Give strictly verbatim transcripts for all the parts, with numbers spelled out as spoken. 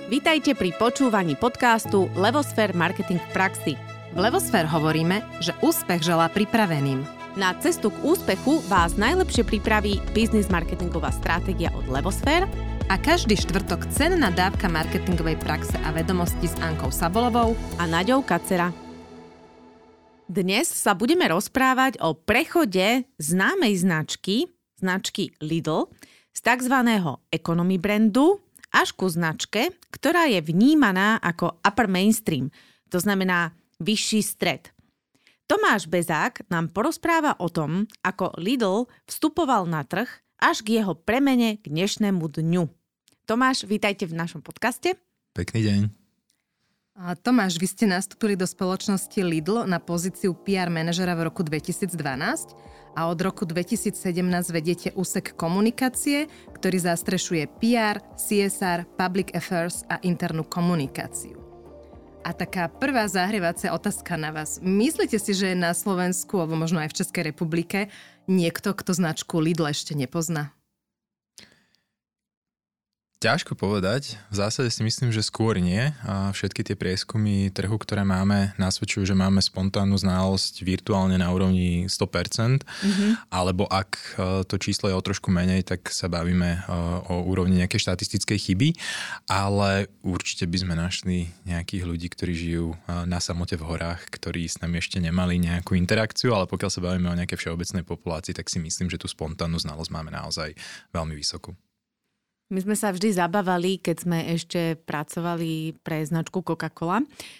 Vítajte pri počúvaní podcastu Levosfér Marketing v praxi. V Levosfér hovoríme, že úspech želá pripraveným. Na cestu k úspechu vás najlepšie pripraví biznis marketingová stratégia od Levosfér a každý štvrtok cenná dávka marketingovej praxe a vedomosti s Ankou Sabolovou a Naďou Kacera. Dnes sa budeme rozprávať o prechode známej značky, značky Lidl, z takzvaného economy brandu až ku značke, ktorá je vnímaná ako upper mainstream, to znamená vyšší stred. Tomáš Bezák nám porozpráva o tom, ako Lidl vstupoval na trh až k jeho premene k dnešnému dňu. Tomáš, vítajte v našom podcaste. Pekný deň. A Tomáš, vy ste nastúpili do spoločnosti Lidl na pozíciu pé er manažera v roku dvetisícdvanásť a od roku dvetisícsedemnásť vediete úsek komunikácie, ktorý zastrešuje pé er, cé es er, public affairs a internú komunikáciu. A taká prvá zahrievacia otázka na vás. Myslíte si, že je na Slovensku, alebo možno aj v Českej republike, niekto, kto značku Lidl ešte nepozná? Ťažko povedať. V zásade si myslím, že skôr nie. A všetky tie prieskumy trhu, ktoré máme, nasvedčujú, že máme spontánnu znalosť virtuálne na úrovni sto percent. Mm-hmm. Alebo ak to číslo je o trošku menej, tak sa bavíme o úrovni nejakej štatistickej chyby. Ale určite by sme našli nejakých ľudí, ktorí žijú na samote v horách, ktorí s nami ešte nemali nejakú interakciu, ale pokiaľ sa bavíme o nejakej všeobecnej populácii, tak si myslím, že tú spontánnu znalosť máme naozaj veľmi vysokú. My sme sa vždy zabávali, keď sme ešte pracovali pre značku Coca-Cola,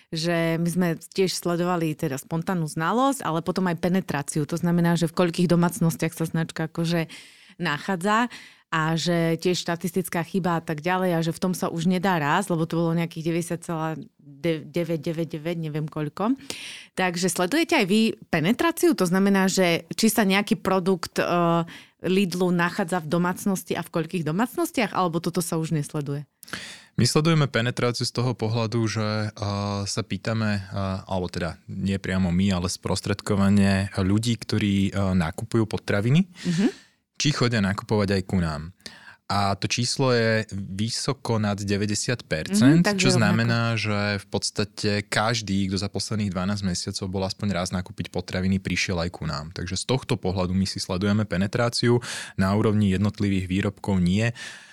že my sme tiež sledovali teda spontánnu znalosť, ale potom aj penetráciu. To znamená, že v koľkých domácnostiach sa značka akože nachádza a že tiež štatistická chyba a tak ďalej a že v tom sa už nedá raz, lebo to bolo nejakých deväťdesiat celá deväť deväť deväť, neviem koľko. Takže sledujete aj vy penetráciu? To znamená, že či sa nejaký produkt uh, Lidlu nachádza v domácnosti a v koľkých domácnostiach, alebo toto sa už nesleduje? My sledujeme penetráciu z toho pohľadu, že uh, sa pýtame, uh, alebo teda nie priamo my, ale sprostredkovane ľudí, ktorí uh, nakupujú potraviny, mm-hmm. či chodia nakupovať aj ku nám. A to číslo je vysoko nad deväťdesiat percent, mm, čo znamená, rovnako. Že v podstate každý, kto za posledných dvanásť mesiacov bol aspoň raz nakúpiť potraviny, prišiel aj ku nám. Takže z tohto pohľadu my si sledujeme penetráciu, na úrovni jednotlivých výrobkov nie.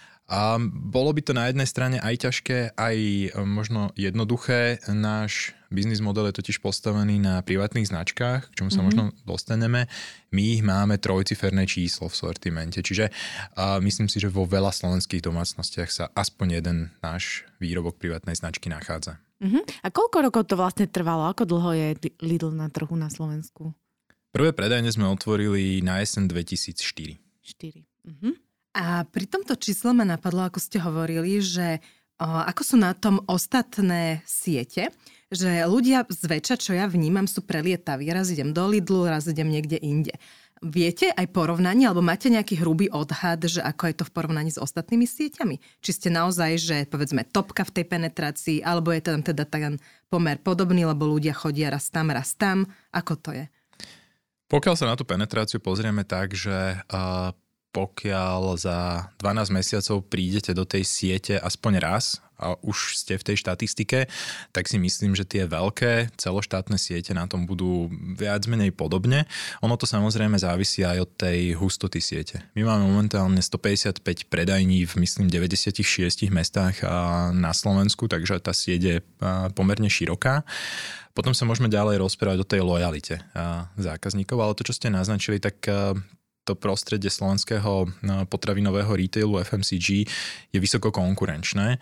A bolo by to na jednej strane aj ťažké, aj možno jednoduché. Náš biznis model je totiž postavený na privátnych značkách, k čomu sa mm-hmm. možno dostaneme. My ich máme trojciferné číslo v sortimente, čiže uh, myslím si, že vo veľa slovenských domácnostiach sa aspoň jeden náš výrobok privátnej značky nachádza. Mm-hmm. A koľko rokov to vlastne trvalo? Ako dlho je Lidl na trhu na Slovensku? Prvé predajne sme otvorili na jeseň dvetisícštyri. štyri. Mhm. A pri tomto čísle ma napadlo, ako ste hovorili, že o, ako sú na tom ostatné siete, že ľudia zväčša, čo ja vnímam, sú prelietaví. Raz idem do Lidlu, raz idem niekde inde. Viete aj porovnanie, alebo máte nejaký hrubý odhad, že ako je to v porovnaní s ostatnými sieťami? Či ste naozaj, že povedzme topka v tej penetrácii, alebo je tam teda ten pomer podobný, lebo ľudia chodia raz tam, raz tam. Ako to je? Pokiaľ sa na tú penetráciu pozrieme tak, že uh, pokiaľ za dvanásť mesiacov prídete do tej siete aspoň raz a už ste v tej štatistike, tak si myslím, že tie veľké celoštátne siete na tom budú viac menej podobne. Ono to samozrejme závisí aj od tej hustoty siete. My máme momentálne stopäťdesiatpäť predajní v myslím deväťdesiatich šiestich mestách na Slovensku, takže tá sieť je pomerne široká. Potom sa môžeme ďalej rozprávať o tej lojalite zákazníkov, ale to, čo ste naznačili, tak to prostredie slovenského potravinového retailu ef em cé gé je vysoko konkurenčné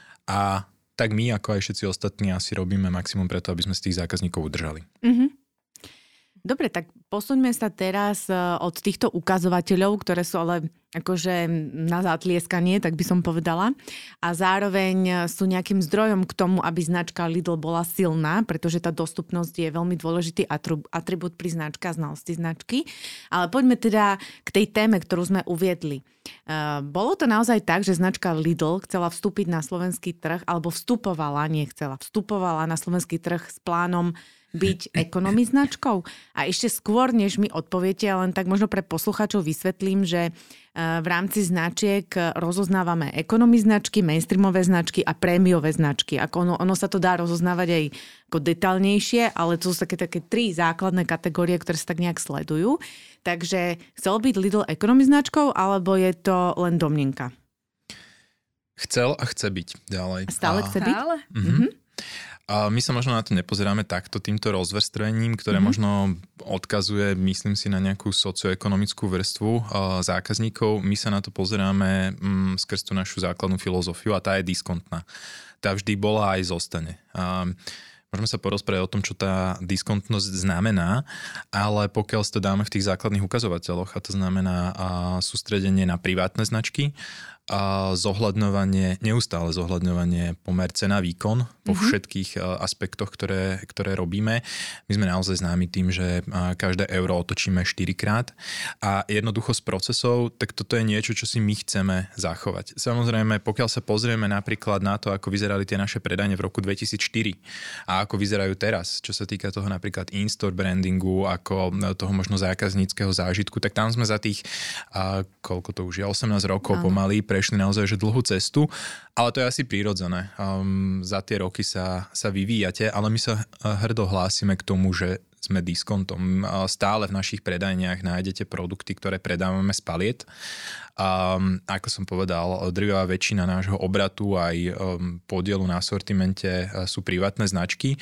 a tak my, ako aj všetci ostatní, asi robíme maximum preto, aby sme z tých zákazníkov udržali. Mm-hmm. Dobre, tak posuňme sa teraz od týchto ukazovateľov, ktoré sú ale akože na zatlieskanie, tak by som povedala. A zároveň sú nejakým zdrojom k tomu, aby značka Lidl bola silná, pretože tá dostupnosť je veľmi dôležitý atribút pri značke a znalosti značky. Ale poďme teda k tej téme, ktorú sme uviedli. Bolo to naozaj tak, že značka Lidl chcela vstúpiť na slovenský trh, alebo vstupovala, nie chcela, vstupovala na slovenský trh s plánom byť ekonomi značkou? A ešte skôr, než mi odpoviete, len tak možno pre poslucháčov vysvetlím, že v rámci značiek rozoznávame ekonomi značky, mainstreamové značky a prémiové značky. Ako ono, ono sa to dá rozoznávať aj ako detailnejšie, ale to sú také, také tri základné kategórie, ktoré sa tak nejak sledujú. Takže chcel byť Lidl ekonomi značkou, alebo je to len domnienka? Chcel a chce byť ďalej. Stále a... chce byť? Stále? Mhm. A my sa možno na to nepozeráme takto týmto rozvrstvením, ktoré mm-hmm. možno odkazuje, myslím si, na nejakú socioekonomickú vrstvu uh, zákazníkov. My sa na to pozeráme um, skrz tú našu základnú filozofiu a tá je diskontná. Tá vždy bola aj zostane. Um, Môžeme sa porozprávať o tom, čo tá diskontnosť znamená, ale pokiaľ si to dáme v tých základných ukazovateľoch, a to znamená uh, sústredenie na privátne značky, a zohľadňovanie, neustále zohľadňovanie pomer cena výkon po mm-hmm. všetkých aspektoch, ktoré, ktoré robíme. My sme naozaj známi tým, že každé euro otočíme štyrikrát a jednoducho z procesov, tak toto je niečo, čo si my chceme zachovať. Samozrejme, pokiaľ sa pozrieme napríklad na to, ako vyzerali tie naše predajne v roku dvetisícštyri a ako vyzerajú teraz, čo sa týka toho napríklad in-store brandingu, ako toho možno zákazníckeho zážitku, tak tam sme za tých, a koľko to už je, osemnásť rokov Áno. pomaly, prešli naozaj že dlhú cestu, ale to je asi prirodzené. Um, za tie roky sa, sa vyvíjate, ale my sa hrdo hlásime k tomu, že sme diskontom. Stále v našich predajniach nájdete produkty, ktoré predávame z paliet. Um, ako som povedal, drvivá väčšina nášho obratu aj um, podielu na sortimente sú privátne značky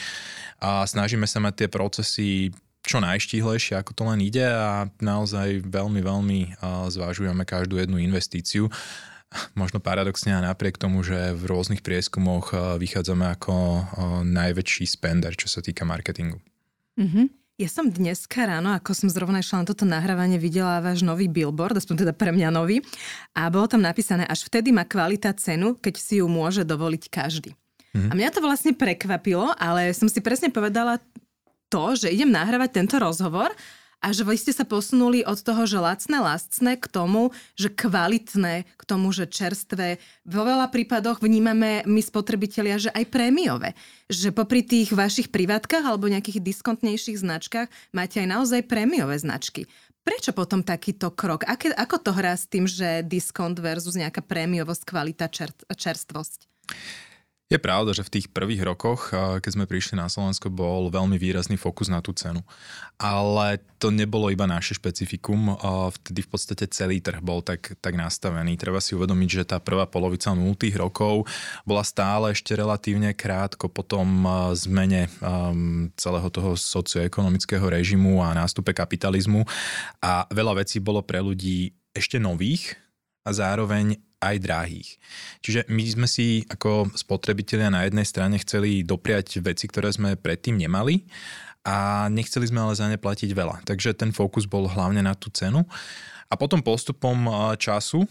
a snažíme sa mať tie procesy čo najštíhlejšie, ako to len ide a naozaj veľmi, veľmi uh, zvažujeme každú jednu investíciu. Možno paradoxne a napriek tomu, že v rôznych prieskumoch vychádzame ako najväčší spender, čo sa týka marketingu. Mm-hmm. Ja som dneska ráno, ako som zrovna išla na toto nahrávanie, videla váš nový billboard, aspoň teda pre mňa nový, a bolo tam napísané, až vtedy má kvalita cenu, keď si ju môže dovoliť každý. Mm-hmm. A mňa to vlastne prekvapilo, ale som si presne povedala to, že idem nahrávať tento rozhovor a že vy ste sa posunuli od toho, že lacné, lacné k tomu, že kvalitné, k tomu, že čerstvé. Vo veľa prípadoch vnímame my spotrebitelia, že aj prémiové. Že popri tých vašich privátkach alebo nejakých diskontnejších značkách máte aj naozaj prémiové značky. Prečo potom takýto krok? Aké, ako to hrá s tým, že diskont versus nejaká prémiovosť, kvalita, čer, čerstvosť? Je pravda, že v tých prvých rokoch, keď sme prišli na Slovensko, bol veľmi výrazný fokus na tú cenu. Ale to nebolo iba naše špecifikum. Vtedy v podstate celý trh bol tak, tak nastavený. Treba si uvedomiť, že tá prvá polovica nultých rokov bola stále ešte relatívne krátko po tom zmene celého toho socioekonomického režimu a nástupe kapitalizmu. A veľa vecí bolo pre ľudí ešte nových a zároveň aj drahých. Čiže my sme si ako spotrebitelia na jednej strane chceli dopriať veci, ktoré sme predtým nemali a nechceli sme ale za ne platiť veľa. Takže ten fokus bol hlavne na tú cenu. A potom postupom času,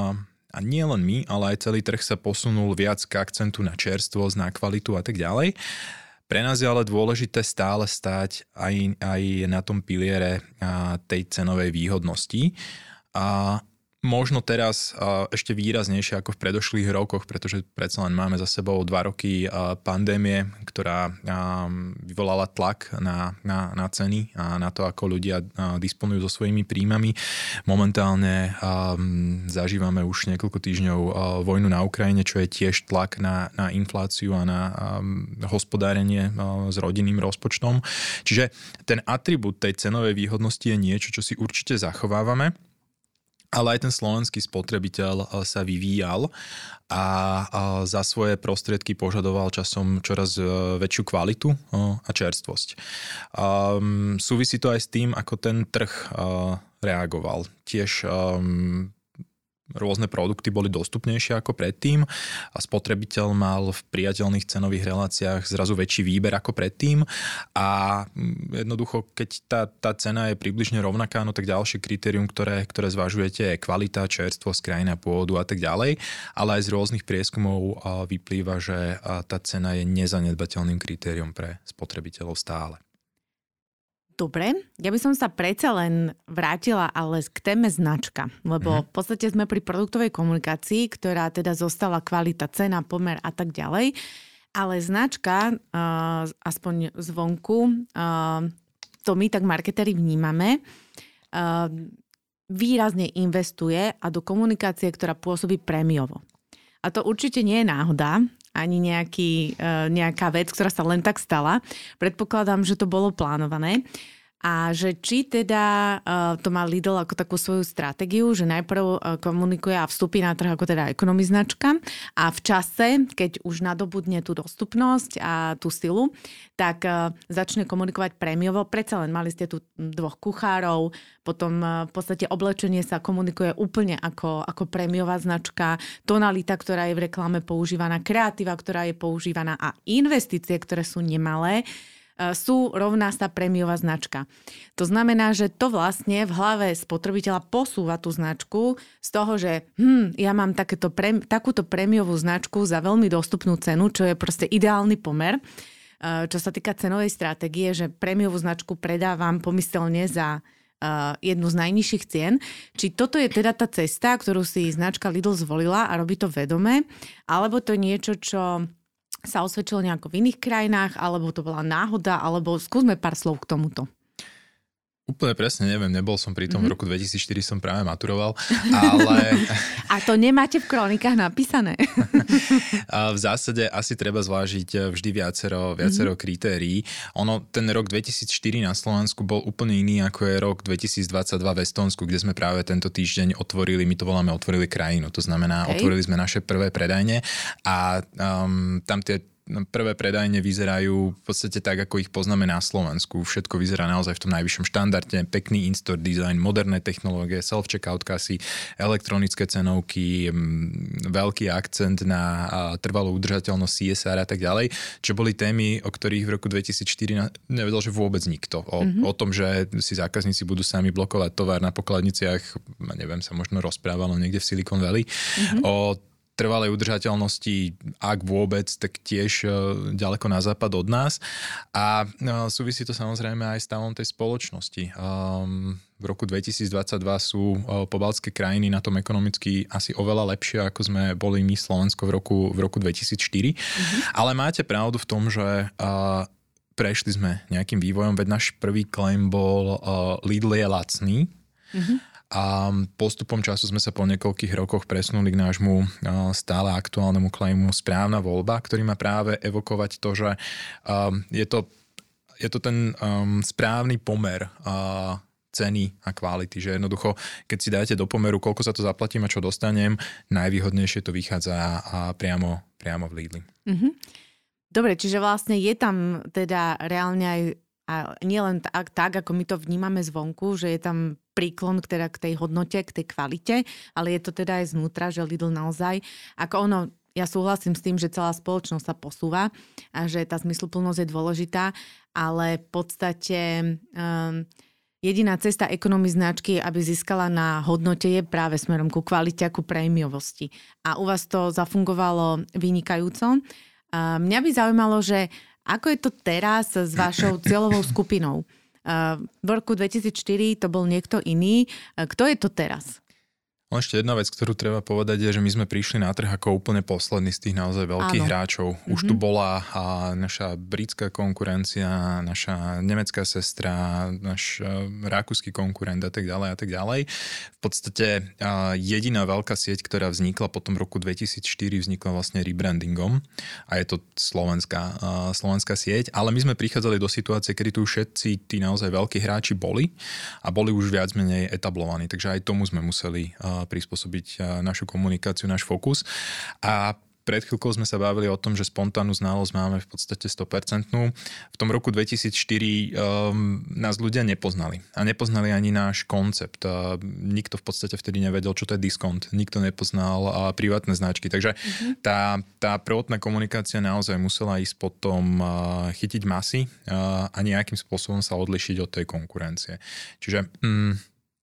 a nie len my, ale aj celý trh sa posunul viac k akcentu na čerstvosť, na kvalitu a tak ďalej. Pre nás je ale dôležité stále stáť aj, aj na tom piliere tej cenovej výhodnosti. A možno teraz uh, ešte výraznejšie ako v predošlých rokoch, pretože predsa len máme za sebou dva roky uh, pandémie, ktorá um, vyvolala tlak na, na, na ceny a na to, ako ľudia uh, disponujú so svojimi príjmami. Momentálne um, zažívame už niekoľko týždňov uh, vojnu na Ukrajine, čo je tiež tlak na, na infláciu a na um, hospodárenie uh, s rodinným rozpočtom. Čiže ten atribút tej cenovej výhodnosti je niečo, čo si určite zachovávame. Ale aj ten slovenský spotrebiteľ sa vyvíjal a za svoje prostriedky požadoval časom čoraz väčšiu kvalitu a čerstvosť. Um, súvisí to aj s tým, ako ten trh uh, reagoval. Tiež um, rôzne produkty boli dostupnejšie ako predtým a spotrebiteľ mal v priateľných cenových reláciách zrazu väčší výber ako predtým a jednoducho, keď tá, tá cena je približne rovnaká, no tak ďalšie kritérium, ktoré, ktoré zvažujete, je kvalita, čerstvosť, krajina pôvodu a tak ďalej, ale aj z rôznych prieskumov vyplýva, že tá cena je nezanedbateľným kritérium pre spotrebiteľov stále. Dobre, ja by som sa predsa len vrátila ale k téme značka, lebo mm-hmm. v podstate sme pri produktovej komunikácii, ktorá teda zostala kvalita, cena, pomer a tak ďalej, ale značka, uh, aspoň zvonku, uh, to my tak marketéri vnímame, uh, výrazne investuje a do komunikácie, ktorá pôsobí prémiovo. A to určite nie je náhoda, ani nejaký, nejaká vec, ktorá sa len tak stala. Predpokladám, že to bolo plánované. A že či teda uh, to má Lidl ako takú svoju stratégiu, že najprv uh, komunikuje a vstúpi na trh ako teda ekonomi značka a v čase, keď už nadobudne tú dostupnosť a tú silu, tak uh, začne komunikovať prémiovo. Predsa len mali ste tu dvoch kuchárov, potom uh, v podstate oblečenie sa komunikuje úplne ako, ako prémiová značka, tonalita, ktorá je v reklame používaná, kreatíva, ktorá je používaná a investície, ktoré sú nemalé, sú rovná sa prémiová značka. To znamená, že to vlastne v hlave spotrebiteľa posúva tú značku z toho, že hm, ja mám takéto prém, takúto prémiovú značku za veľmi dostupnú cenu, čo je proste ideálny pomer. Čo sa týka cenovej stratégie, že prémiovú značku predávam pomyselne za jednu z najnižších cien. Či toto je teda tá cesta, ktorú si značka Lidl zvolila a robí to vedome, alebo to je niečo, čo sa osvedčilo nejako v iných krajinách, alebo to bola náhoda, alebo skúsme pár slov k tomuto. Úplne presne neviem, nebol som pri tom, mm-hmm. v roku dvetisícštyri som práve maturoval, ale... A to nemáte v kronikách napísané? V zásade asi treba zvážiť vždy viacero, viacero mm-hmm. kritérií. Ono, ten rok dvetisícštyri na Slovensku bol úplne iný, ako je rok dvetisícdvadsaťdva v Estónsku, kde sme práve tento týždeň otvorili, my to voláme otvorili krajinu, to znamená, okay. otvorili sme naše prvé predajne a um, tam tie prvé predajne vyzerajú v podstate tak, ako ich poznáme na Slovensku. Všetko vyzerá naozaj v tom najvyššom štandarde, pekný in-store design, moderné technológie, self-checkout kasy, elektronické cenovky, veľký akcent na trvalú udržateľnosť C S R a tak ďalej, čo boli témy, o ktorých v roku dvetisícštyri nevedel, že vôbec nikto. O, mm-hmm. o tom, že si zákazníci budú sami blokovať tovar na pokladniciach, neviem, sa možno rozprávalo niekde v Silicon Valley. Mm-hmm. O trvalej udržateľnosti, ak vôbec, tak tiež ďaleko na západ od nás. A súvisí to samozrejme aj s stavom tej spoločnosti. V roku dvetisícdvadsaťdva sú pobaltské krajiny na tom ekonomicky asi oveľa lepšie, ako sme boli my Slovensko v roku, v roku dvetisícštyri. Mm-hmm. Ale máte pravdu v tom, že prešli sme nejakým vývojom, veď náš prvý claim bol Lidl je lacný. Mm-hmm. A postupom času sme sa po niekoľkých rokoch presunuli k nášmu stále aktuálnemu claimu Správna voľba, ktorý má práve evokovať to, že je to, je to ten správny pomer ceny a kvality, že jednoducho, keď si dáte do pomeru, koľko sa to zaplatím a čo dostanem, najvýhodnejšie to vychádza priamo, priamo v Lidli. Mm-hmm. Dobre, čiže vlastne je tam teda reálne aj a nie len tak, tak, ako my to vnímame zvonku, že je tam príklon k, teda, k tej hodnote, k tej kvalite, ale je to teda aj znútra, že Lidl naozaj, ako ono, ja súhlasím s tým, že celá spoločnosť sa posúva a že tá zmysluplnosť je dôležitá, ale v podstate um, jediná cesta ekonomii značky, aby získala na hodnote, je práve smerom ku kvalite a ku prémiovosti. A u vás to zafungovalo vynikajúco. Uh, mňa by zaujímalo, že ako je to teraz s vašou cieľovou skupinou? V roku dvetisícštyri to bol niekto iný. Kto je to teraz? Ešte jedna vec, ktorú treba povedať, je, že my sme prišli na trh ako úplne poslední z tých naozaj veľkých Áno. hráčov. Už mm-hmm. tu bola a naša britská konkurencia, naša nemecká sestra, náš rakúsky konkurent a tak ďalej a tak ďalej. V podstate jediná veľká sieť, ktorá vznikla po tom roku dvetisícštyri, vznikla vlastne rebrandingom a je to slovenská, slovenská sieť, ale my sme prichádzali do situácie, kedy tu všetci tí naozaj veľkí hráči boli a boli už viac menej etablovaní, takže aj tomu sme museli prispôsobiť našu komunikáciu, náš fokus. A pred chvíľkou sme sa bavili o tom, že spontánnu znalosť máme v podstate sto percent. V tom roku dvetisícštyri um, nás ľudia nepoznali. A nepoznali ani náš koncept. Uh, nikto v podstate vtedy nevedel, čo to je diskont. Nikto nepoznal uh, privátne značky. Takže mm-hmm. tá, tá prvotná komunikácia naozaj musela ísť potom uh, chytiť masy uh, a nejakým spôsobom sa odlišiť od tej konkurencie. Čiže... Um,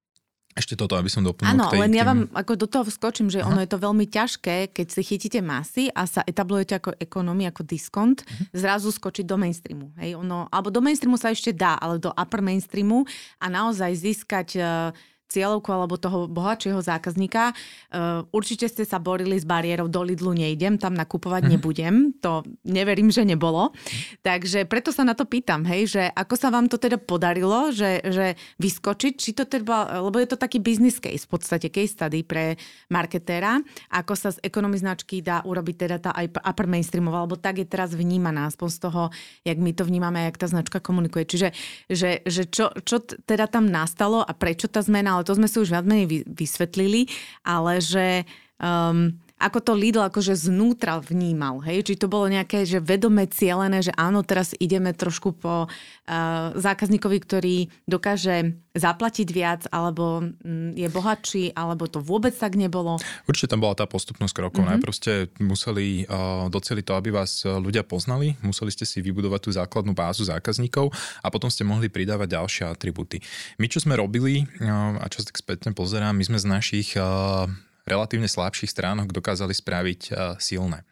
Ešte toto, aby som doplnil. Áno, k tej, len ja tým... vám ako do toho vskočím, že Aha. ono je to veľmi ťažké, keď si chytíte masy a sa etablujete ako ekonómia, ako diskont, uh-huh. zrazu skočiť do mainstreamu. Hej? Ono, alebo do mainstreamu sa ešte dá, ale do upper mainstreamu a naozaj získať uh, cieľovku alebo toho bohatšieho zákazníka. Uh, určite ste sa borili s bariérou, do Lidlu nejdem, tam nakupovať uh-huh. nebudem. To neverím, že nebolo. Takže preto sa na to pýtam, hej, že ako sa vám to teda podarilo, že, že vyskočiť, či to teda, lebo je to taký business case, v podstate case study pre marketéra, ako sa z ekonomy značky dá urobiť teda tá aj upper mainstreamová, lebo tak je teraz vnímaná, aspoň z toho, jak my to vnímame, jak tá značka komunikuje. Čiže že, že čo, čo teda tam nastalo a prečo tá zmena, ale to sme si už viac menej vysvetlili, ale že um, ako to Lidl akože znútra vnímal, hej? Či to bolo nejaké, že vedome cielené, že áno, teraz ideme trošku po uh, zákazníkovi, ktorý dokáže zaplatiť viac, alebo um, je bohatší, alebo to vôbec tak nebolo? Určite tam bola tá postupnosť krokov. Mm-hmm. Najprv ste museli uh, doceliť to, aby vás ľudia poznali, museli ste si vybudovať tú základnú bázu zákazníkov a potom ste mohli pridávať ďalšie atribúty. My, čo sme robili, uh, a čo sa tak spätne pozerám, my sme z našich uh, relatívne slabších stránok dokázali spraviť uh, silné.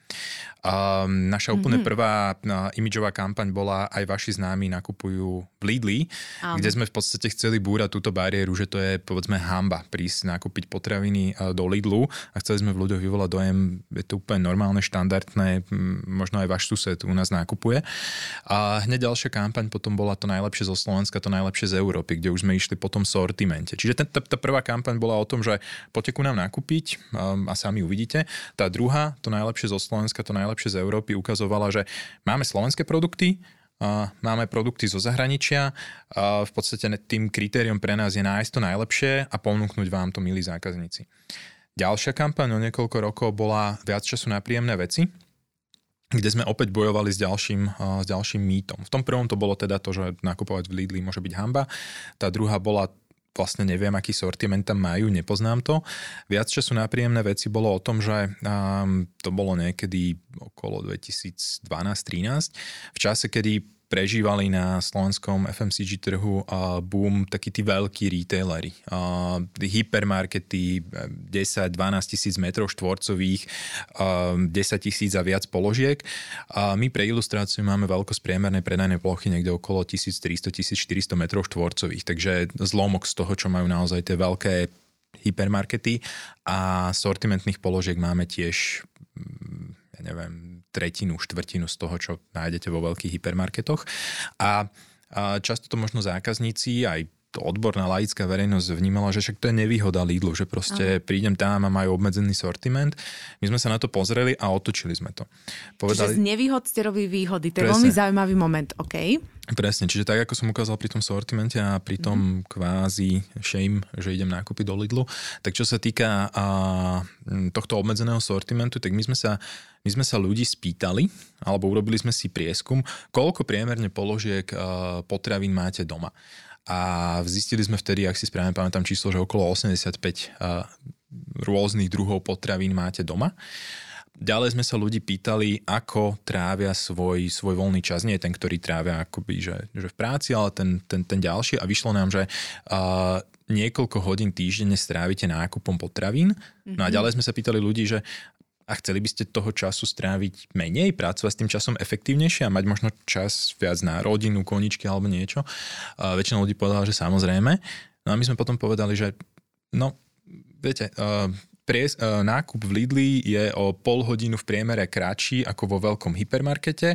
Uh, naša úplne mm-hmm. prvá uh, imidžová kampaň bola aj vaši známi nakupujú v Lidli, um. kde sme v podstate chceli búrať túto bariéru, že to je povedzme hanba prísť nakúpiť potraviny uh, do Lidlu a chceli sme v ľuďoch vyvolať dojem, je to úplne normálne, štandardné, m, možno aj váš sused u nás nakupuje. A hneď ďalšia kampaň potom bola to najlepšie zo Slovenska, to najlepšie z Európy, kde už sme išli po tom sortimente. Čiže tá, tá prvá kampaň bola o tom, že poďte ku nám nakúpiť um, a sami uvidíte. Tá druhá, to najlepšie zo Slovenska, to najlepšie z Európy ukazovala, že máme slovenské produkty, uh, máme produkty zo zahraničia, uh, v podstate tým kritériom pre nás je nájsť to najlepšie a ponúknuť vám to, milí zákazníci. Ďalšia kampaň o niekoľko rokov bola viac času na príjemné veci, kde sme opäť bojovali s ďalším, uh, s ďalším mýtom. V tom prvom to bolo teda to, že nakupovať v Lidli môže byť hanba. Tá druhá bola vlastne neviem, aký sortiment tam majú, nepoznám to. Viac času na príjemné veci bolo o tom, že um, to bolo niekedy okolo dvetisícdvanásť trinásť, v čase, kedy prežívali na slovenskom ef em cé gé trhu uh, boom takí tí veľkí retailery. Uh, hypermarkety, desať dvanásť tisíc metrov štvorcových, uh, desať tisíc a viac položiek. Uh, my pre ilustráciu máme veľkosť priemernej predajnej plochy niekde okolo tisíctristo až tisícštyristo metrov štvorcových, takže zlomok z toho, čo majú naozaj tie veľké hypermarkety, a sortimentných položiek máme tiež ja neviem, tretinu, štvrtinu z toho, čo nájdete vo veľkých hypermarketoch. A, a často to možno zákazníci, aj to odborná laická verejnosť vnímala, že však to je nevýhoda Lidlu, že proste Aha. prídem tam a majú obmedzený sortiment. My sme sa na to pozreli a otočili sme to. Povedali... Čiže z nevýhod ste robili výhody. To je veľmi zaujímavý moment, OK? Presne, čiže tak, ako som ukázal pri tom sortimente a pri tom mm-hmm. kvázi shame, že idem nakúpiť do Lidlu, tak čo sa týka a, tohto obmedzeného sortimentu, tak my sme sa My sme sa ľudí spýtali, alebo urobili sme si prieskum, koľko priemerne položiek a, potravín máte doma. A zistili sme vtedy, ak si správne pamätám číslo, že okolo osemdesiatpäť a, rôznych druhov potravín máte doma. Ďalej sme sa ľudí pýtali, ako trávia svoj, svoj voľný čas. Nie ten, ktorý trávia akoby, že, že v práci, ale ten, ten, ten ďalší. A vyšlo nám, že uh, niekoľko hodín týždenne strávite nákupom potravín. Mm-hmm. No a ďalej sme sa pýtali ľudí, že a chceli by ste toho času stráviť menej, pracovať s tým časom efektívnejšie a mať možno čas viac na rodinu, koničky alebo niečo. Uh, väčšina ľudí povedala, že samozrejme. No a my sme potom povedali, že no, viete... Uh, Pries, uh, nákup v Lidli je o pol hodinu v priemere kratší ako vo veľkom hypermarkete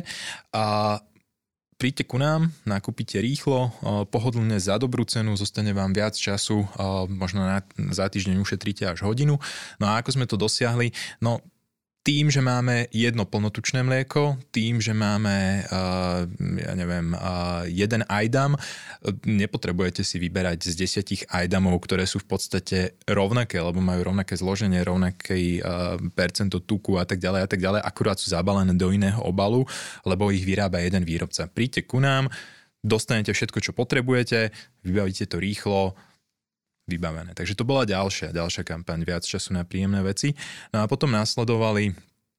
a príďte ku nám, nakúpite rýchlo, uh, pohodlne za dobrú cenu, zostane vám viac času, uh, možno na, za týždeň ušetríte až hodinu. No a ako sme to dosiahli? No tým, že máme jedno plnotučné mlieko, tým, že máme, uh, ja neviem, uh, jeden ajdam, nepotrebujete si vyberať z desiatich ajdamov, ktoré sú v podstate rovnaké, lebo majú rovnaké zloženie, rovnaké uh, percento tuku a tak ďalej a tak ďalej, akurát sú zabalené do iného obalu, lebo ich vyrába jeden výrobca. Príďte ku nám, dostanete všetko, čo potrebujete, vybavíte to rýchlo, vybavené. Takže to bola ďalšia, ďalšia kampaň, viac času na príjemné veci. No a potom následovali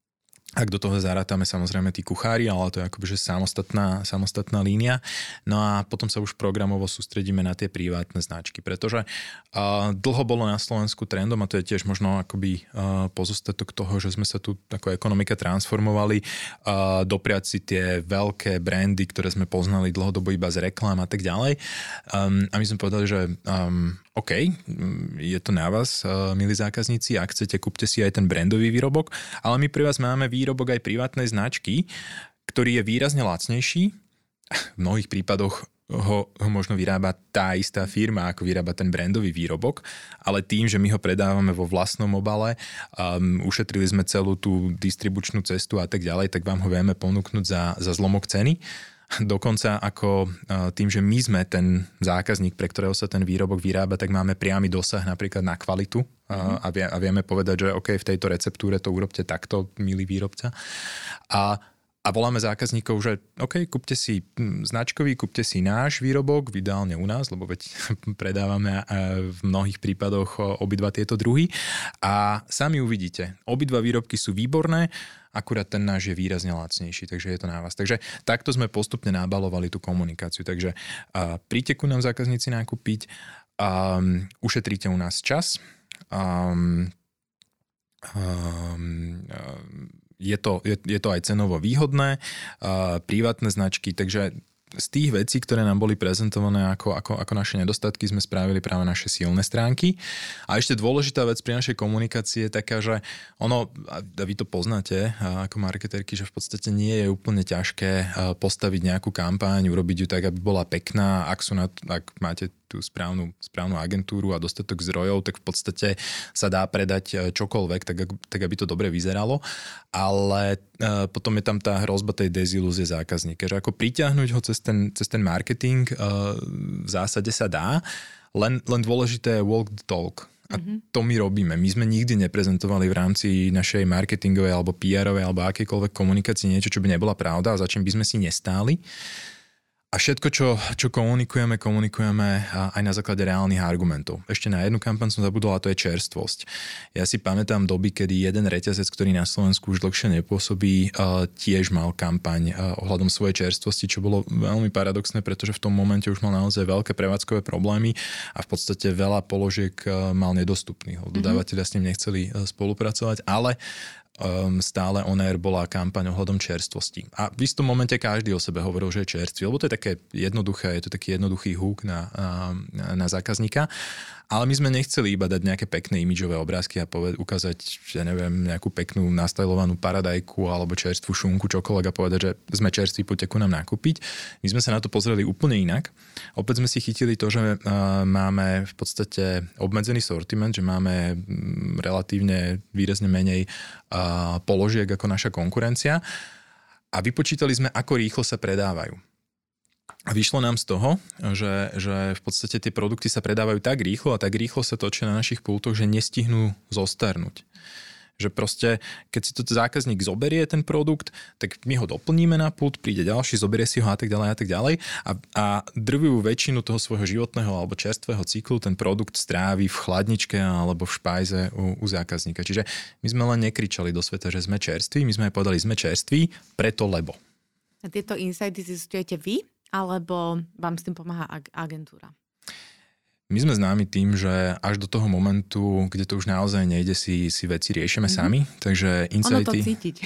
Ak do toho zarátame samozrejme tí kuchári, ale to je akoby že samostatná, samostatná línia. No a potom sa už programovo sústredíme na tie privátne značky, pretože uh, dlho bolo na Slovensku trendom, a to je tiež možno akoby uh, pozostatok toho, že sme sa tu ako ekonomika transformovali, uh, dopriať si tie veľké brandy, ktoré sme poznali dlhodobo iba z reklám a tak ďalej. Um, a my sme povedali, že um, OK, je to na vás, milí zákazníci, ak chcete, kúpte si aj ten brandový výrobok, ale my pre vás máme výrobok aj privátnej značky, ktorý je výrazne lacnejší. V mnohých prípadoch ho, ho možno vyrába tá istá firma, ako vyrába ten brandový výrobok, ale tým, že my ho predávame vo vlastnom obale, um, ušetrili sme celú tú distribučnú cestu a tak ďalej, tak vám ho vieme ponúknuť za, za zlomok ceny. Dokonca ako tým, že my sme ten zákazník, pre ktorého sa ten výrobok vyrába, tak máme priamy dosah napríklad na kvalitu mm. a, vie, a vieme povedať, že OK, v tejto receptúre to urobte takto, milý výrobca. A, a voláme zákazníkov, že OK, kúpte si značkový, kúpte si náš výrobok, ideálne u nás, lebo veď predávame v mnohých prípadoch obidva tieto druhy. A sami uvidíte, obidva výrobky sú výborné, akurát ten náš je výrazne lacnejší, takže je to na vás. Takže takto sme postupne nabalovali tú komunikáciu. Takže uh, príďte ku nám zákazníci nakúpiť, um, ušetríte u nás čas, um, um, je, to, je, je to aj cenovo výhodné, uh, privátne značky, takže z tých vecí, ktoré nám boli prezentované ako, ako, ako naše nedostatky, sme spravili práve naše silné stránky. A ešte dôležitá vec pri našej komunikácii je taká, že ono, a vy to poznáte ako marketérky, že v podstate nie je úplne ťažké postaviť nejakú kampaň, urobiť ju tak, aby bola pekná. Ak, sú na, ak máte tú správnu, správnu agentúru a dostatok zdrojov, tak v podstate sa dá predať čokoľvek, tak, tak aby to dobre vyzeralo. Ale uh, potom je tam tá hrozba tej dezilúzie zákazníka, že ako priťahnuť ho cez ten, cez ten marketing uh, v zásade sa dá, len, len dôležité je walk the talk. A mm-hmm. to my robíme. My sme nikdy neprezentovali v rámci našej marketingovej alebo pé erovej alebo akejkoľvek komunikácie niečo, čo by nebola pravda a za čím by sme si nestáli. A všetko, čo, čo komunikujeme, komunikujeme aj na základe reálnych argumentov. Ešte na jednu kampaň som zabudol, a to je čerstvosť. Ja si pamätám doby, kedy jeden reťazec, ktorý na Slovensku už dlhšie nepôsobí, tiež mal kampaň ohľadom svojej čerstvosti, čo bolo veľmi paradoxné, pretože v tom momente už mal naozaj veľké prevádzkové problémy a v podstate veľa položiek mal nedostupných. Dodávateľia s ním nechceli spolupracovať, ale Um, stále on air bola kampaň ohľadom čerstvosti. A v istom momente každý o sebe hovoril, že je čerstvý, lebo to je také jednoduché, je to taký jednoduchý húk na, na, na zákazníka. Ale my sme nechceli iba dať nejaké pekné imidžové obrázky a poved, ukázať, že neviem, nejakú peknú nastajlovanú paradajku alebo čerstvú šunku, čokoľvek a povedať, že sme čerství, poďte ku nám nakúpiť. My sme sa na to pozreli úplne inak. Opäť sme si chytili to, že uh, máme v podstate obmedzený sortiment, že máme um, relatívne výrazne menej uh, položiek ako naša konkurencia a vypočítali sme, ako rýchlo sa predávajú. A vyšlo nám z toho, že, že v podstate tie produkty sa predávajú tak rýchlo a tak rýchlo sa točia na našich pultoch, že nestihnú zostarnúť. Že proste, keď si to zákazník zoberie ten produkt, tak my ho doplníme na pult, príde ďalší, zoberie si ho a tak ďalej a tak ďalej a, a drvivú väčšinu toho svojho životného alebo čerstvého cyklu ten produkt strávi v chladničke alebo v špajze u, u zákazníka. Čiže my sme len nekričali do sveta, že sme čerství, my sme aj povedali, sme čerství, preto lebo. A tieto insighty zistujete vy? Alebo vám s tým pomáha ag- agentúra? My sme známi tým, že až do toho momentu, kde to už naozaj nejde, si, si veci riešime mm-hmm. sami. Takže insighty... Ono to cítiť.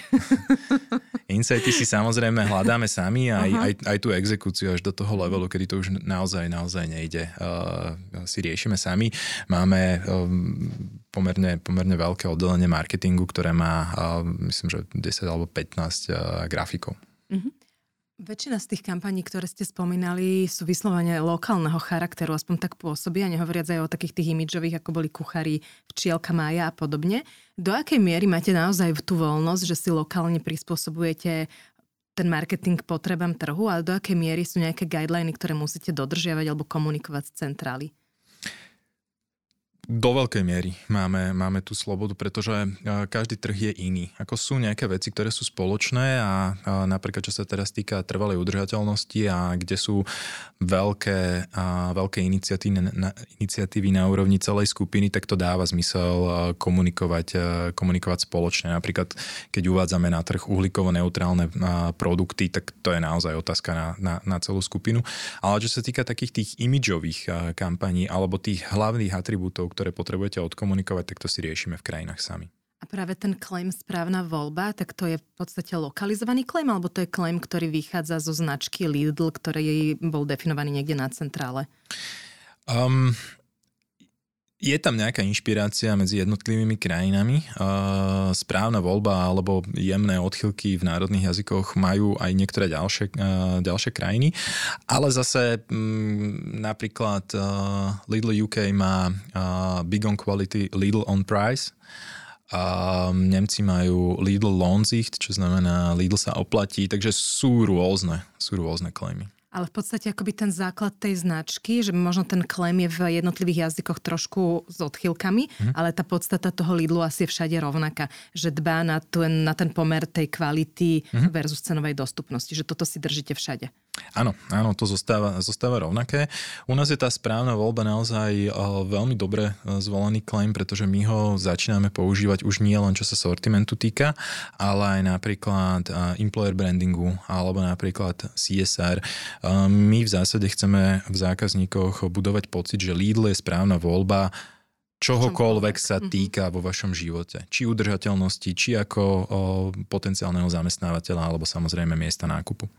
Insighty si samozrejme hľadáme sami a aj, aj, aj tú exekúciu až do toho levelu, kedy to už naozaj, naozaj nejde. Uh, si riešime sami. Máme um, pomerne, pomerne veľké oddelenie marketingu, ktoré má, uh, myslím, že desať alebo pätnásť uh, grafikov. Mm-hmm. Väčšina z tých kampaní, ktoré ste spomínali, sú vyslovene lokálneho charakteru, aspoň tak pôsobia, nehovoriac aj o takých tých imidžových, ako boli kuchári Včielka Mája a podobne. Do akej miery máte naozaj tú voľnosť, že si lokálne prispôsobujete ten marketing potrebám trhu, ale do akej miery sú nejaké guideliny, ktoré musíte dodržiavať alebo komunikovať z centrály? Do veľkej miery máme, máme tú slobodu, pretože každý trh je iný. Ako sú nejaké veci, ktoré sú spoločné a, a napríklad, čo sa teraz týka trvalej udržateľnosti a kde sú veľké, a veľké iniciatívy na, iniciatívy na úrovni celej skupiny, tak to dáva zmysel komunikovať, komunikovať spoločne. Napríklad, keď uvádzame na trh uhlíkovo-neutrálne produkty, tak to je naozaj otázka na, na, na celú skupinu. Ale čo sa týka takých tých imidžových kampaní alebo tých hlavných atribútov, ktoré potrebujete odkomunikovať, tak to si riešime v krajinách sami. A práve ten claim správna voľba, tak to je v podstate lokalizovaný claim, alebo to je claim, ktorý vychádza zo značky Lidl, ktorý bol definovaný niekde na centrále? Um, je tam nejaká inšpirácia medzi jednotlivými krajinami. Uh, správna voľba alebo jemné odchylky v národných jazykoch majú aj niektoré ďalšie, uh, ďalšie krajiny. Ale zase um, napríklad uh, Lidl ú ká má uh, Big on Quality, Lidl on Price. A Nemci majú Lidl lohnt sich, čo znamená Lidl sa oplatí, takže sú rôzne, sú rôzne claimy. Ale v podstate akoby ten základ tej značky, že možno ten claim je v jednotlivých jazykoch trošku s odchýlkami, mm. ale tá podstata toho Lidlu asi je všade rovnaká, že dbá na ten, na ten pomer tej kvality mm. versus cenovej dostupnosti, že toto si držíte všade. Áno, áno, to zostáva, zostáva rovnaké. U nás je tá správna voľba naozaj veľmi dobre zvolený claim, pretože my ho začíname používať už nie len čo sa sortimentu týka, ale aj napríklad employer brandingu alebo napríklad C S R. My v zásade chceme v zákazníkoch budovať pocit, že Lidl je správna voľba čohokoľvek sa týka vo vašom živote. Či udržateľnosti, či ako o, potenciálneho zamestnávateľa alebo samozrejme miesta nákupu.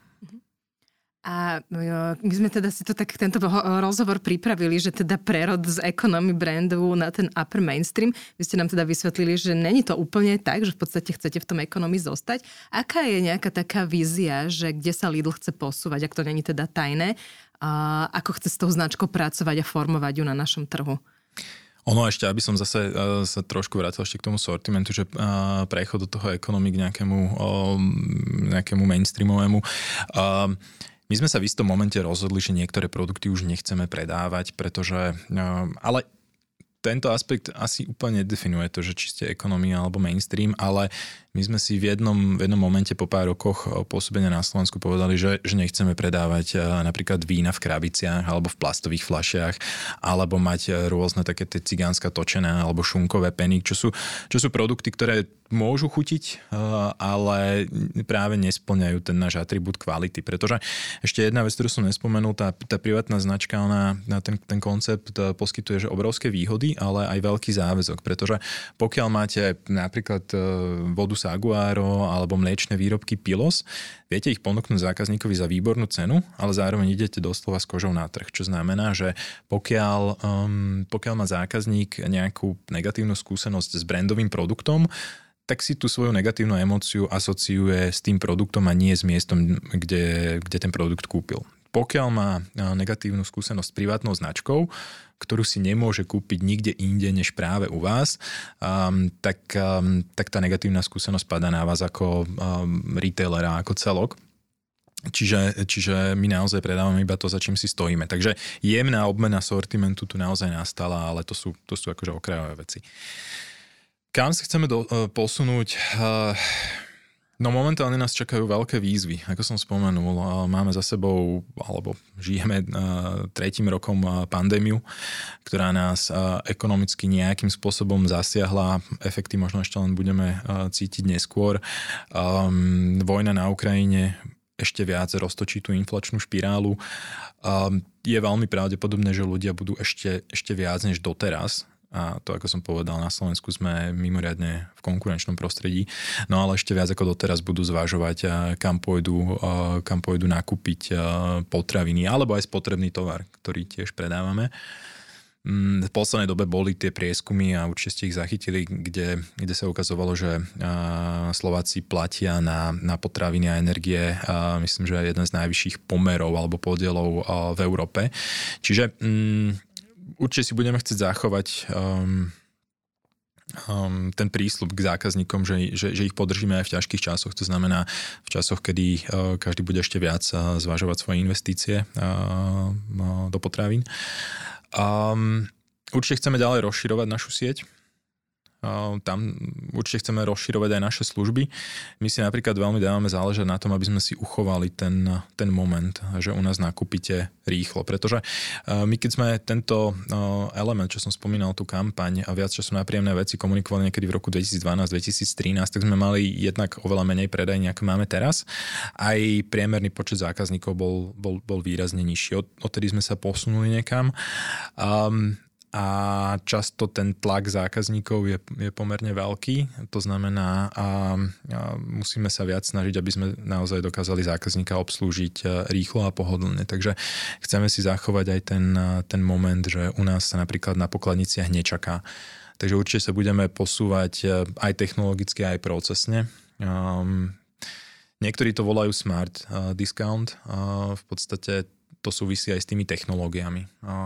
A my sme teda si to tak tento rozhovor pripravili, že teda prerod z economy brandu na ten upper mainstream. Vy ste nám teda vysvetlili, že není to úplne tak, že v podstate chcete v tom economy zostať. Aká je nejaká taká vízia, že kde sa Lidl chce posúvať, ak to není teda tajné, a ako chce s tou značkou pracovať a formovať ju na našom trhu? Ono ešte, aby som zase uh, sa trošku vrátil ešte k tomu sortimentu, že uh, prechod do toho economy k nejakému, uh, nejakému mainstreamovému. Uh, My sme sa v istom momente rozhodli, že niektoré produkty už nechceme predávať, pretože, ale tento aspekt asi úplne nedefinuje to, že či ste ekonomia alebo mainstream, ale my sme si v jednom, v jednom momente po pár rokoch pôsobenia na Slovensku povedali, že, že nechceme predávať napríklad vína v krabiciach alebo v plastových fľašiach, alebo mať rôzne také tie cigánska točené alebo šunkové peny, čo sú, čo sú produkty, ktoré môžu chutiť, ale práve nesplňajú ten náš atribút kvality. Pretože ešte jedna vec, ktorú som nespomenul, tá, tá privátna značka, ona, ten, ten koncept poskytuje že obrovské výhody, ale aj veľký záväzok. Pretože pokiaľ máte napríklad vodu Saguaro alebo mliečne výrobky Pilos, viete ich ponúknuť zákazníkovi za výbornú cenu, ale zároveň idete doslova s kožou na trh. Čo znamená, že pokiaľ, um, pokiaľ má zákazník nejakú negatívnu skúsenosť s brandovým produktom, tak si tú svoju negatívnu emóciu asociuje s tým produktom a nie s miestom, kde, kde ten produkt kúpil. Pokiaľ má negatívnu skúsenosť s privátnou značkou, ktorú si nemôže kúpiť nikde inde než práve u vás, um, tak, um, tak tá negatívna skúsenosť padá na vás ako um, retailera, ako celok. Čiže, čiže my naozaj predávame iba to, za čím si stojíme. Takže jemná obmena sortimentu tu naozaj nastala, ale to sú, to sú akože okrajové veci. Kam sa chceme do, uh, posunúť? Uh, no momentálne nás čakajú veľké výzvy. Ako som spomenul, uh, máme za sebou, alebo žijeme uh, tretím rokom uh, pandémiu, ktorá nás uh, ekonomicky nejakým spôsobom zasiahla. Efekty možno ešte len budeme uh, cítiť neskôr. Um, vojna na Ukrajine ešte viac roztočí tú inflačnú špirálu. Um, je veľmi pravdepodobné, že ľudia budú ešte, ešte viac než doteraz. A to, ako som povedal, na Slovensku sme mimoriadne v konkurenčnom prostredí. No ale ešte viac ako doteraz budú zvažovať, kam pôjdu, kam pôjdu nakúpiť potraviny alebo aj spotrebný tovar, ktorý tiež predávame. V poslednej dobe boli tie prieskumy a určite ste ich zachytili, kde, kde sa ukazovalo, že Slováci platia na, na potraviny a energie, a myslím, že je jeden z najvyšších pomerov alebo podielov v Európe. Čiže mm, určite si budeme chcieť zachovať um, um, ten prísľub k zákazníkom, že, že, že ich podržíme aj v ťažkých časoch. To znamená v časoch, kedy uh, každý bude ešte viac uh, zvažovať svoje investície uh, uh, do potravín. Um, určite chceme ďalej rozširovať našu sieť. Tam určite chceme rozširovať aj naše služby. My si napríklad veľmi dávame záležať na tom, aby sme si uchovali ten, ten moment, že u nás nakúpite rýchlo. Pretože my keď sme tento element, čo som spomínal, tú kampaň a viac času na príjemné veci komunikovali niekedy v roku dvetisícdvanásť dvetisíctrinásť, tak sme mali jednak oveľa menej predajní, ako máme teraz. Aj priemerný počet zákazníkov bol, bol, bol výrazne nižší. Od, odtedy sme sa posunuli niekam. Um, A často ten tlak zákazníkov je, je pomerne veľký. To znamená, a, a musíme sa viac snažiť, aby sme naozaj dokázali zákazníka obslúžiť rýchlo a pohodlne. Takže chceme si zachovať aj ten, ten moment, že u nás sa napríklad na pokladniciach nečaká. Takže určite sa budeme posúvať aj technologicky, aj procesne. Um, niektorí to volajú smart uh, discount. Uh, v podstate to súvisí aj s tými technológiami.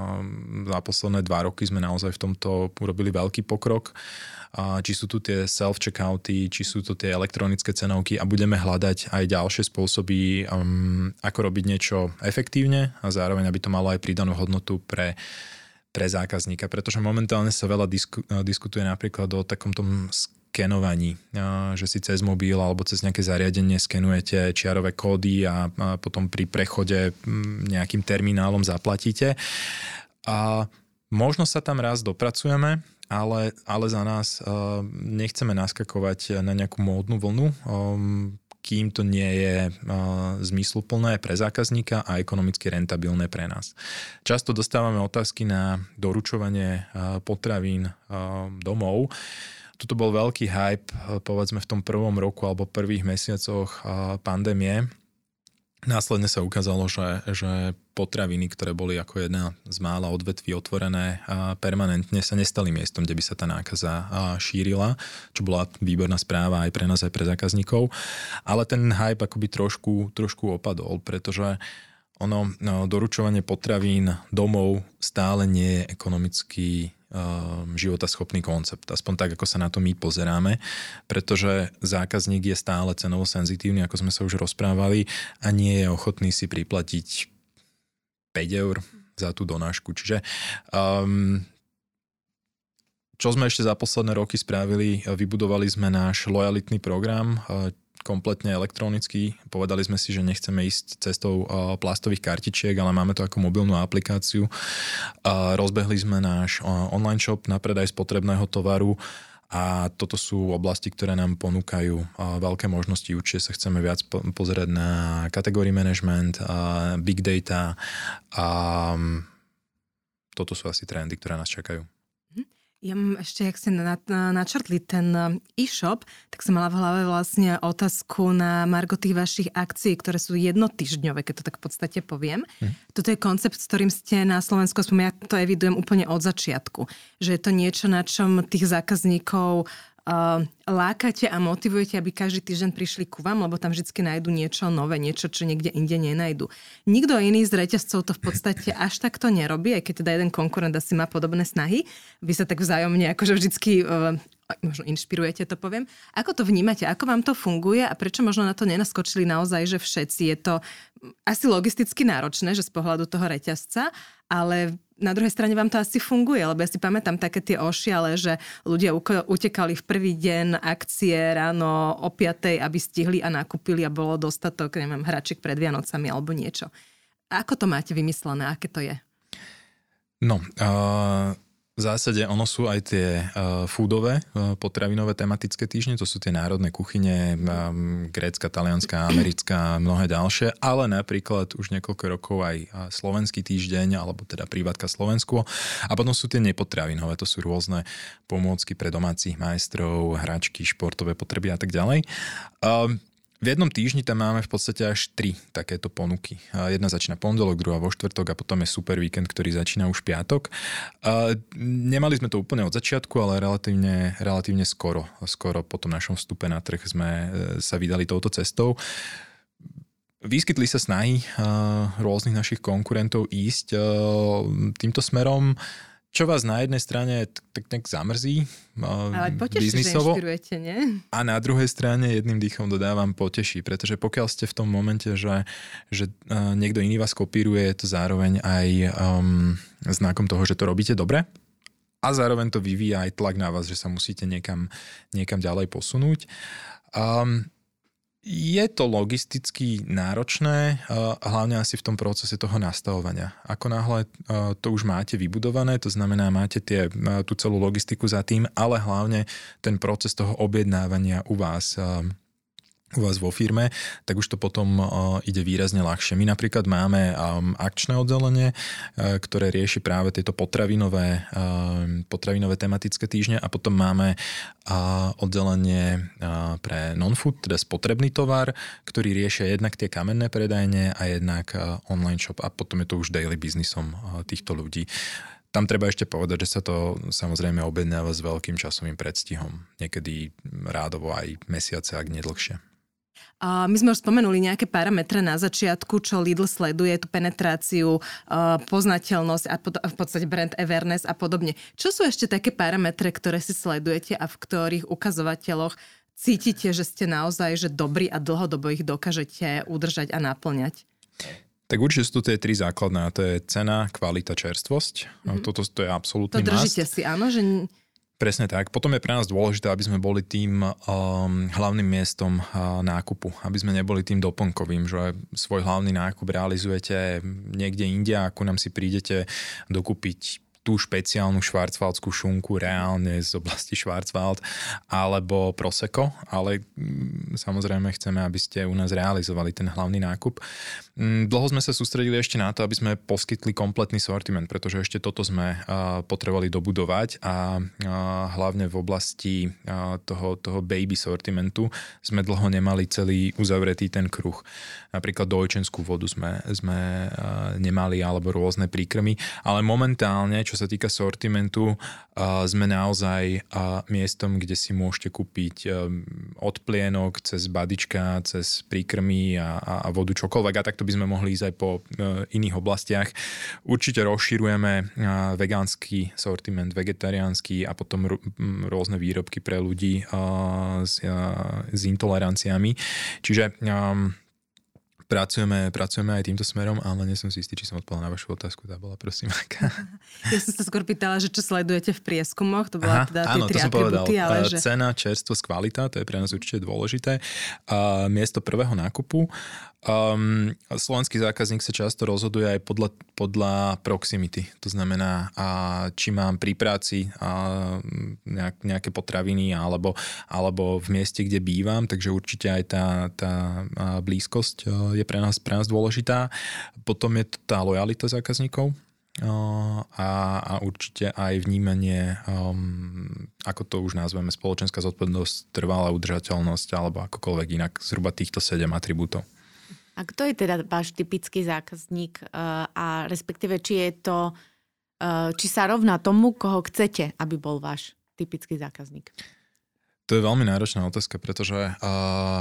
Za posledné dva roky sme naozaj v tomto urobili veľký pokrok. Či sú tu tie self-checkouty, či sú tu tie elektronické cenovky a budeme hľadať aj ďalšie spôsoby, ako robiť niečo efektívne a zároveň, aby to malo aj pridanú hodnotu pre, pre zákazníka. Pretože momentálne sa veľa disku, diskutuje napríklad o takom tom skenovaní, že si cez mobil alebo cez nejaké zariadenie skenujete čiarové kódy a potom pri prechode nejakým terminálom zaplatíte. A možno sa tam raz dopracujeme, ale, ale za nás nechceme naskakovať na nejakú módnu vlnu, kým to nie je zmysluplné pre zákazníka a ekonomicky rentabilné pre nás. Často dostávame otázky na doručovanie potravín domov. Tuto bol veľký hype, povedzme v tom prvom roku alebo prvých mesiacoch pandémie. Následne sa ukázalo, že, že potraviny, ktoré boli ako jedna z mála odvetví otvorené permanentne, sa nestali miestom, kde by sa tá nákaza šírila, čo bola výborná správa aj pre nás, aj pre zákazníkov. Ale ten hype akoby trošku, trošku opadol, pretože ono, no, doručovanie potravín domov stále nie je ekonomicky životaschopný koncept. Aspoň tak, ako sa na to my pozeráme, pretože zákazník je stále cenovo senzitívny, ako sme sa už rozprávali, a nie je ochotný si priplatiť päť eur za tú donášku. Čiže um, čo sme ešte za posledné roky spravili, vybudovali sme náš lojalitný program, kompletne elektronicky. Povedali sme si, že nechceme ísť cestou plastových kartičiek, ale máme to ako mobilnú aplikáciu. Rozbehli sme náš online shop na predaj spotrebného tovaru a toto sú oblasti, ktoré nám ponúkajú veľké možnosti. Určite sa chceme viac pozerať na category management, big data a toto sú asi trendy, ktoré nás čakajú. Ja mám ešte, jak ste načrtli ten e-shop, tak som mala v hlave vlastne otázku na margo tých vašich akcií, ktoré sú jednotýždňové, keď to tak v podstate poviem. Hm. Toto je koncept, s ktorým ste na Slovensku, aspoň ja to evidujem úplne od začiatku, že je to niečo, na čom tých zákazníkov Uh, lákate a motivujete, aby každý týždeň prišli ku vám, lebo tam vždycky nájdu niečo nové, niečo, čo niekde inde nenajdu. Nikto iný z reťazcov to v podstate až takto nerobí, aj keď teda jeden konkurent asi má podobné snahy. Vy sa tak vzájomne akože vždycky uh, možno inšpirujete, to poviem. Ako to vnímate? Ako vám to funguje a prečo možno na to nenaskočili naozaj, že všetci? Je to asi logisticky náročné, že z pohľadu toho reťazca, ale na druhej strane vám to asi funguje, lebo ja si pamätám také tie ošiale, že ľudia utekali v prvý deň akcie ráno o piatej, aby stihli a nakúpili a bolo dostatok, neviem, hračiek pred Vianocami alebo niečo. Ako to máte vymyslené? Aké to je? No, uh... v zásade ono sú aj tie uh, foodové, uh, potravinové tematické týždne, to sú tie národné kuchyne, um, grécka, talianská, americká a mnohé ďalšie, ale napríklad už niekoľko rokov aj uh, slovenský týždeň, alebo teda prívatka Slovensko. A potom sú tie nepotravinové, to sú rôzne pomôcky pre domácich majstrov, hračky, športové potreby a tak ďalej. Um, V jednom týždni tam máme v podstate až tri takéto ponuky. Jedna začína pondelok, druhá vo štvrtok a potom je super víkend, ktorý začína už piatok. Nemali sme to úplne od začiatku, ale relatívne, relatívne skoro. Skoro po tom našom vstupe na trh sme sa vydali touto cestou. Vyskytli sa snahy rôznych našich konkurentov ísť týmto smerom, čo vás na jednej strane tak nejak zamrzí ale poteší, biznisovo. Že inšpirujete, nie? A na druhej strane jedným dýchom dodávam poteší, pretože pokiaľ ste v tom momente, že, že uh, niekto iný vás kopíruje, je to zároveň aj um, znakom toho, že to robíte dobre a zároveň to vyvíja aj tlak na vás, že sa musíte niekam, niekam ďalej posunúť. Um, Je to logisticky náročné, hlavne asi v tom procese toho nastavovania. Ako náhle to už máte vybudované, to znamená, máte tie, tú celú logistiku za tým, ale hlavne ten proces toho objednávania u vás u vás vo firme, tak už to potom uh, ide výrazne ľahšie. My napríklad máme um, akčné oddelenie, uh, ktoré rieši práve tieto potravinové, uh, potravinové tematické týždne a potom máme uh, oddelenie uh, pre non-food, teda spotrebný tovar, ktorý riešia jednak tie kamenné predajne a jednak uh, online shop a potom je to už daily businessom uh, týchto ľudí. Tam treba ešte povedať, že sa to samozrejme objednáva s veľkým časovým predstihom. Niekedy rádovo aj mesiace, ak nie dlhšie. Uh, my sme už spomenuli nejaké parametre na začiatku, čo Lidl sleduje, tú penetráciu, uh, poznateľnosť a pod, v podstate brand awareness a podobne. Čo sú ešte také parametre, ktoré si sledujete a v ktorých ukazovateľoch cítite, že ste naozaj že dobrí a dlhodobo ich dokážete udržať a naplňať? Tak určite sú to tie tri základné, a to je cena, kvalita, čerstvosť. Mm-hmm. Toto to je absolútny must. To držíte si, áno? Že... Presne tak. Potom je pre nás dôležité, aby sme boli tým um, hlavným miestom uh, nákupu. Aby sme neboli tým doplnkovým, že svoj hlavný nákup realizujete niekde inde, ako nám si prídete dokúpiť tú špeciálnu švarcvaldskú šunku reálne z oblasti Schwarzwald alebo Prosecco, ale mm, samozrejme chceme, aby ste u nás realizovali ten hlavný nákup. Mm, dlho sme sa sústredili ešte na to, aby sme poskytli kompletný sortiment, pretože ešte toto sme uh, potrebovali dobudovať a uh, hlavne v oblasti uh, toho, toho baby sortimentu sme dlho nemali celý uzavretý ten kruh. Napríklad dojčenskú vodu sme, sme uh, nemali alebo rôzne príkrmy, ale momentálne, čo sa týka sortimentu, uh, sme naozaj uh, miestom, kde si môžete kúpiť um, od plienok cez badička, cez príkrmy a, a, a vodu čokoľvek a takto by sme mohli ísť aj po uh, iných oblastiach. Určite rozširujeme uh, vegánsky sortiment, vegetariánsky a potom r- rôzne výrobky pre ľudí uh, s, uh, s intoleranciami. Čiže um, Pracujeme, pracujeme aj týmto smerom, ale nie som si istý, či som odpovedal na vašu otázku. Tá bola, prosím, aká. Ja som sa skôr pýtala, že čo sledujete v prieskumoch, to bola Aha, teda tie áno, tri atributy, ale že... Cena, čerstvosť, kvalita, to je pre nás určite dôležité. Uh, miesto prvého nákupu. Um, slovenský zákazník sa často rozhoduje aj podľa, podľa proximity. To znamená, a či mám pri práci a nejak, nejaké potraviny alebo, alebo v mieste, kde bývam, takže určite aj tá, tá blízkosť je pre nás, pre nás dôležitá. Potom je to tá lojalita zákazníkov a, a určite aj vnímanie, um, ako to už nazveme, spoločenská zodpovednosť, trvalá udržateľnosť alebo akokoľvek inak, zhruba týchto sedem atribútov. A kto je teda váš typický zákazník a respektíve či je to, či sa rovná tomu, koho chcete, aby bol váš typický zákazník? To je veľmi náročná otázka, pretože uh,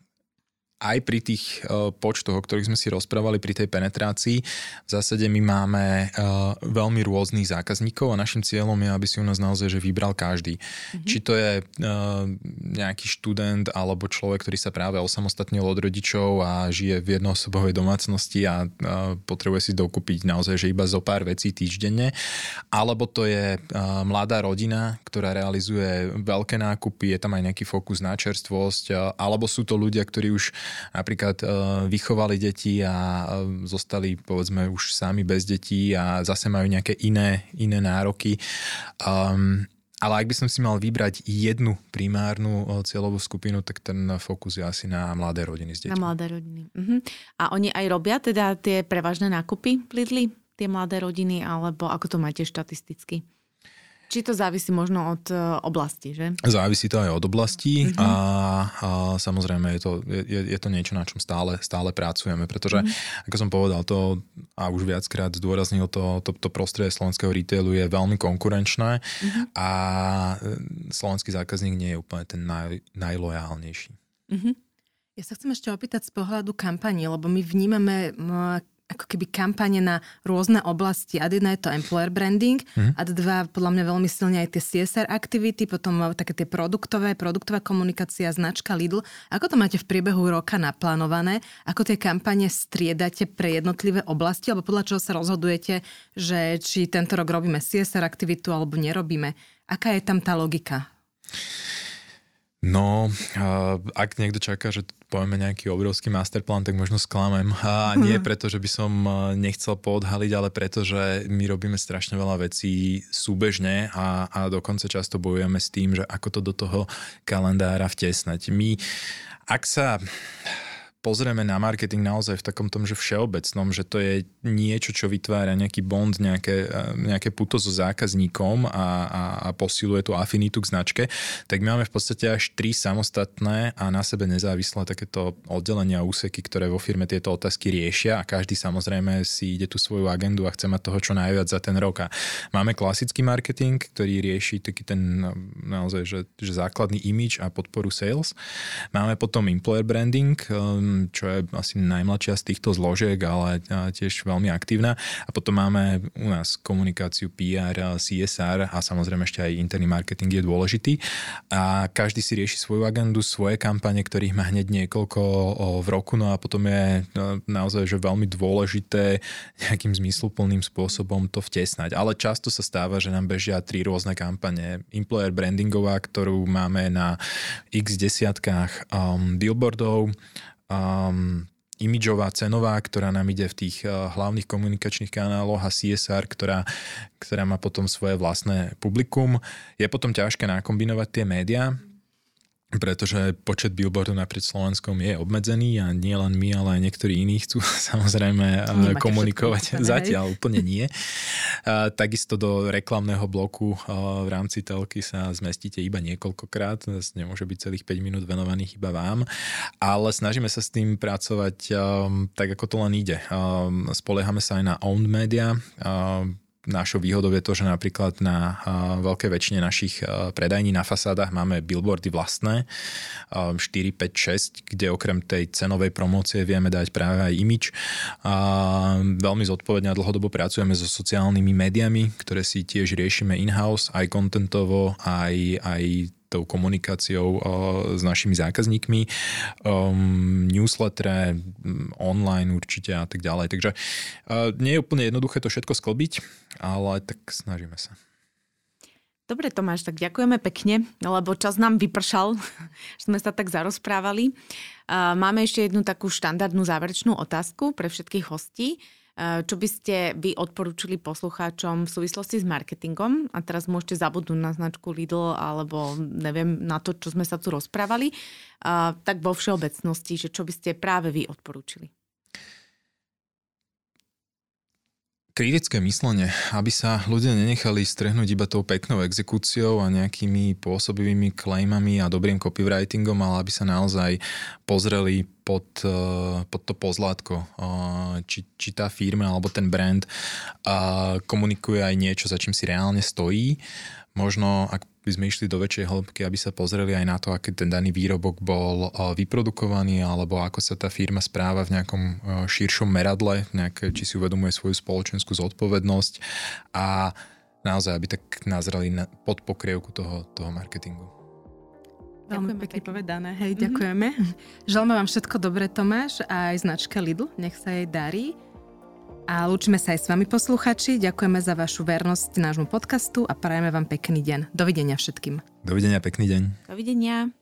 aj pri tých uh, počtoch, o ktorých sme si rozprávali pri tej penetrácii, v zásade my máme uh, veľmi rôznych zákazníkov a našim cieľom je, aby si u nás naozaj že vybral každý. Mm-hmm. Či to je uh, nejaký študent alebo človek, ktorý sa práve osamostatnil od rodičov a žije v jednoosobovej domácnosti a uh, potrebuje si dokúpiť naozaj že iba zo pár vecí týždenne, alebo to je uh, mladá rodina, ktorá realizuje veľké nákupy, je tam aj nejaký fokus na čerstvosť, uh, alebo sú to ľudia, ktorí už napríklad uh, vychovali deti a uh, zostali povedzme už sami bez detí a zase majú nejaké iné, iné nároky. Um, ale ak by som si mal vybrať jednu primárnu uh, cieľovú skupinu, tak ten fokus je asi na mladé rodiny s deťmi. Na mladé rodiny. Uh-huh. A oni aj robia teda tie prevažné nákupy v Lidli? Tie mladé rodiny? Alebo ako to máte štatisticky? Či to závisí možno od oblasti, že? Závisí to aj od oblasti mm-hmm. a, a samozrejme je to, je, je to niečo, na čom stále, stále pracujeme, pretože, mm-hmm. ako som povedal, to a už viackrát zdôraznil, to, to, to prostredie slovenského retailu je veľmi konkurenčné mm-hmm. a slovenský zákazník nie je úplne ten naj, najlojálnejší. Mm-hmm. Ja sa chcem ešte opýtať z pohľadu kampani, lebo my vnímame ako keby kampane na rôzne oblasti. Ad jedna je to employer branding, mm. ad dva podľa mňa veľmi silne aj tie C S R aktivity, potom také tie produktové, produktová komunikácia, značka Lidl. Ako to máte v priebehu roka naplánované? Ako tie kampane striedate pre jednotlivé oblasti? Alebo podľa čoho sa rozhodujete, že či tento rok robíme C S R aktivitu alebo nerobíme? Aká je tam tá logika? No, ak niekto čaká, že povieme nejaký obrovský masterplán, tak možno sklamem. A nie preto, že by som nechcel poodhaliť, ale preto, že my robíme strašne veľa vecí súbežne a, a dokonca často bojujeme s tým, že ako to do toho kalendára vtesnať. My, ak sa pozrieme na marketing naozaj v takom tom, že všeobecnom, že to je niečo, čo vytvára nejaký bond, nejaké, nejaké puto so zákazníkom a, a, a posiluje tú afinitu k značke, tak my máme v podstate až tri samostatné a na sebe nezávislé takéto oddelenia a úseky, ktoré vo firme tieto otázky riešia a každý samozrejme si ide tú svoju agendu a chce mať toho čo najviac za ten rok. A máme klasický marketing, ktorý rieši taký ten naozaj, že, že základný image a podporu sales. Máme potom employer branding, čo je asi najmladšia z týchto zložiek, ale tiež veľmi aktívna. A potom máme u nás komunikáciu P R, C S R a samozrejme ešte aj interný marketing je dôležitý. A každý si rieši svoju agendu, svoje kampane, ktorých má hneď niekoľko v roku. No a potom je naozaj že veľmi dôležité nejakým zmysluplným spôsobom to vtesnať. Ale často sa stáva, že nám bežia tri rôzne kampane. Employer brandingová, ktorú máme na x desiatkách um, billboardov, Um, imidžová, cenová, ktorá nám ide v tých uh, hlavných komunikačných kanáloch a C S R, ktorá, ktorá má potom svoje vlastné publikum. Je potom ťažké nakombinovať tie médiá, pretože počet billboardov naprieč Slovenskom je obmedzený a nie len my, ale aj niektorí iní chcú samozrejme Nemáte komunikovať. Všetko, zatiaľ úplne nie. A, takisto do reklamného bloku a, v rámci telky sa zmestíte iba niekoľkokrát. Nemôže byť celých päť minút venovaných iba vám. Ale snažíme sa s tým pracovať a, tak, ako to len ide. A, spoliehame sa aj na owned media. A, Našou výhodou je to, že napríklad na uh, veľkej väčšine našich uh, predajní na fasádach máme billboardy vlastné, uh, štyri, päť, šesť, kde okrem tej cenovej promócie vieme dať práve aj imidž. Uh, veľmi zodpovedne a dlhodobo pracujeme so sociálnymi médiami, ktoré si tiež riešime in-house, aj contentovo, aj, aj tou komunikáciou uh, s našimi zákazníkmi, um, newsletter, online určite a tak ďalej. Takže uh, nie je úplne jednoduché to všetko sklbiť, ale tak snažíme sa. Dobre, Tomáš, tak ďakujeme pekne, lebo čas nám vypršal, že sme sa tak zarozprávali. Uh, máme ešte jednu takú štandardnú záverečnú otázku pre všetkých hostí. Čo by ste vy odporúčili poslucháčom v súvislosti s marketingom? A teraz môžete zabudnúť na značku Lidl alebo neviem na to, čo sme sa tu rozprávali. A tak vo všeobecnosti, že čo by ste práve vy odporúčili? Kritické myslenie, aby sa ľudia nenechali strehnúť iba tou peknou exekúciou a nejakými pôsobivými claimami a dobrým copywritingom, ale aby sa naozaj pozreli pod, pod to pozlátko, či, či tá firma alebo ten brand komunikuje aj niečo, za čím si reálne stojí. Možno, ak by sme išli do väčšej hĺbky, aby sa pozreli aj na to, aký ten daný výrobok bol vyprodukovaný, alebo ako sa tá firma správa v nejakom širšom meradle, nejaké, či si uvedomuje svoju spoločenskú zodpovednosť a naozaj, aby tak nazreli na, pod pokrievku toho, toho marketingu. Veľmi pekne povedané. Hej, mm-hmm. ďakujeme. Želáme vám všetko dobré, Tomáš, a aj značka Lidl. Nech sa jej darí. A lúčime sa aj s vami, posluchači. Ďakujeme za vašu vernosť nášmu podcastu a prajeme vám pekný deň. Dovidenia všetkým. Dovidenia, pekný deň. Dovidenia.